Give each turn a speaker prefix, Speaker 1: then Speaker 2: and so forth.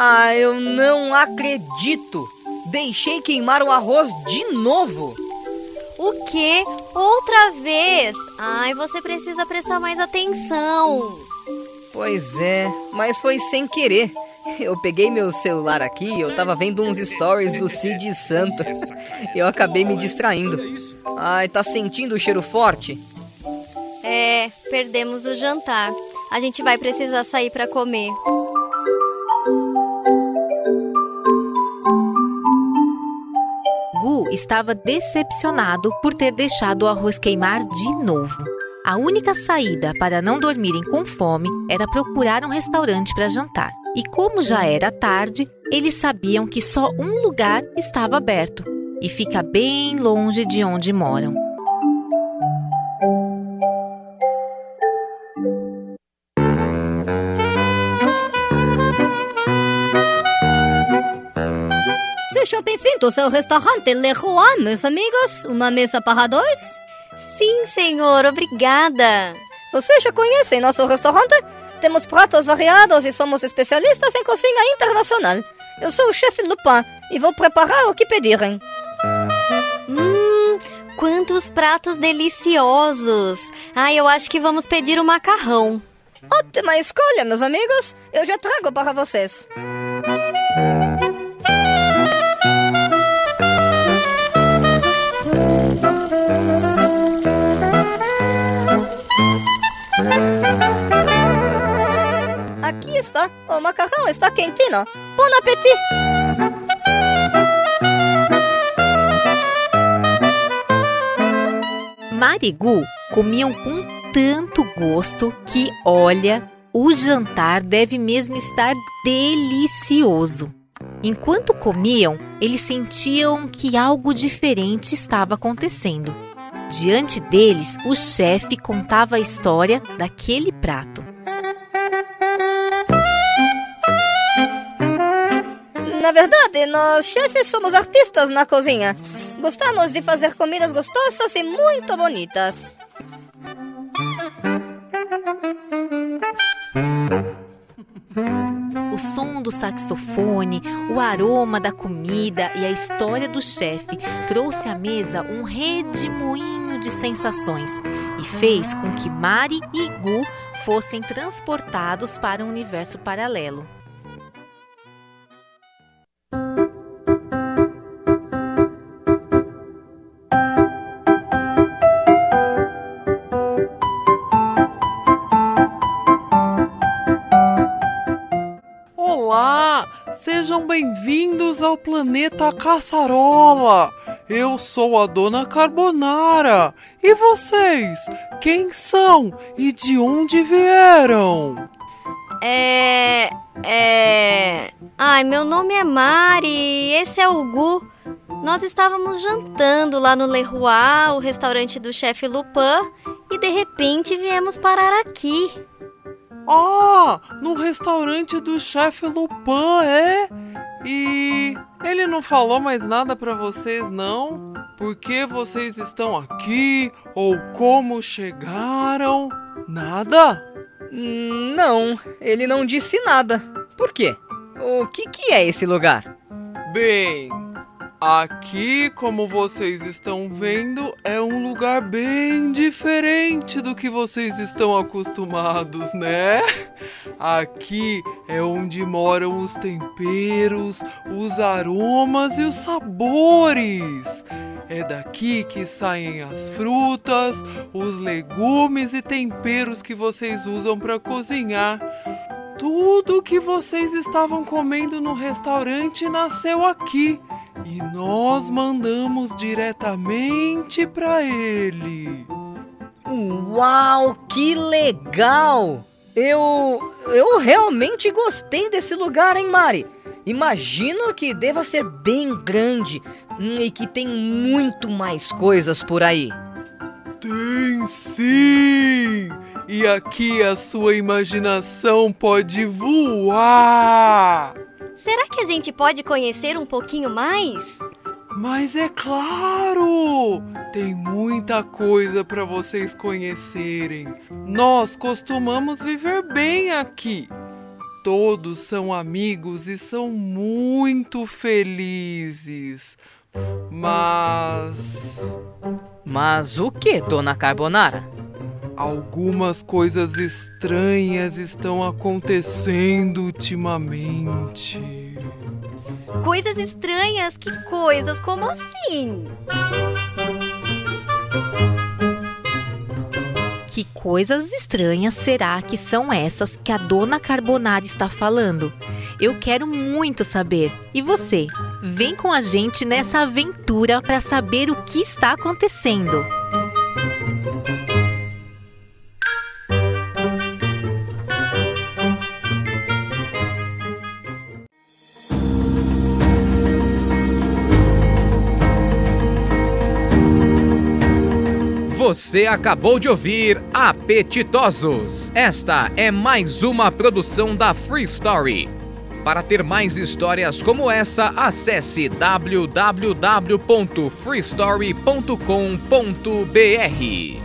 Speaker 1: Ah, eu não acredito! Deixei queimar o arroz de novo!
Speaker 2: O quê? Outra vez? Ai, você precisa prestar mais atenção.
Speaker 1: Pois é, mas foi sem querer. Eu peguei meu celular aqui e eu tava vendo uns stories do Cid Santo. Eu acabei me distraindo. Ai, tá sentindo o cheiro forte?
Speaker 2: É, perdemos o jantar. A gente vai precisar sair pra comer.
Speaker 3: Gu estava decepcionado por ter deixado o arroz queimar de novo. A única saída para não dormirem com fome era procurar um restaurante para jantar. E como já era tarde, eles sabiam que só um lugar estava aberto e fica bem longe de onde moram.
Speaker 4: Sejam bem-vindos ao restaurante Le Roi, meus amigos. Uma mesa para dois?
Speaker 2: Sim, senhor, obrigada.
Speaker 4: Vocês já conhecem nosso restaurante? Temos pratos variados e somos especialistas em cozinha internacional. Eu sou o chefe Lupin e vou preparar o que pedirem.
Speaker 2: Quantos pratos deliciosos! Eu acho que vamos pedir o macarrão.
Speaker 4: Ótima escolha, meus amigos. Eu já trago para vocês. Aqui está. O macarrão está quentinho. Bom apetite!
Speaker 3: Mari e Gu comiam com tanto gosto que, olha, o jantar deve mesmo estar delicioso. Enquanto comiam, eles sentiam que algo diferente estava acontecendo. Diante deles, o chefe contava a história daquele prato.
Speaker 4: Na verdade, nós chefes somos artistas na cozinha. Gostamos de fazer comidas gostosas e muito bonitas.
Speaker 3: O som do saxofone, o aroma da comida e a história do chefe trouxe à mesa um redemoinho de sensações e fez com que Mari e Gu fossem transportados para um universo paralelo.
Speaker 5: Olá! Sejam bem-vindos ao planeta Caçarola! Eu sou a Dona Carbonara! E vocês? Quem são? E de onde vieram?
Speaker 2: Ai, meu nome é Mari, esse é o Gu. Nós estávamos jantando lá no Le Roi, o restaurante do chefe Lupin, e de repente viemos parar aqui.
Speaker 5: Ah, no restaurante do chefe Lupin, é? E ele não falou mais nada pra vocês, não? Por que vocês estão aqui? Ou como chegaram? Nada?
Speaker 1: Não, ele não disse nada. Por quê? O que é esse lugar?
Speaker 5: Bem, aqui, como vocês estão vendo, é um lugar bem diferente do que vocês estão acostumados, né? Aqui é onde moram os temperos, os aromas e os sabores. É daqui que saem as frutas, os legumes e temperos que vocês usam para cozinhar. Tudo que vocês estavam comendo no restaurante nasceu aqui. E nós mandamos diretamente para ele.
Speaker 1: Uau, que legal! Eu realmente gostei desse lugar, hein, Mari? Imagino que deva ser bem grande e que tem muito mais coisas por aí.
Speaker 5: Tem sim! E aqui a sua imaginação pode voar!
Speaker 2: Será que a gente pode conhecer um pouquinho mais?
Speaker 5: Mas é claro! Tem muita coisa para vocês conhecerem. Nós costumamos viver bem aqui. todos são amigos e são muito felizes.
Speaker 1: Mas o que, Dona Carbonara?
Speaker 5: Algumas coisas estranhas estão acontecendo ultimamente.
Speaker 2: Coisas estranhas? Que coisas? Como assim?
Speaker 3: Que coisas estranhas será que são essas que a Dona Carbonara está falando? Eu quero muito saber. E você? Vem com a gente nessa aventura para saber o que está acontecendo.
Speaker 6: Você acabou de ouvir Apetitosos. Esta é mais uma produção da Free Story. Para ter mais histórias como essa, acesse www.freestory.com.br.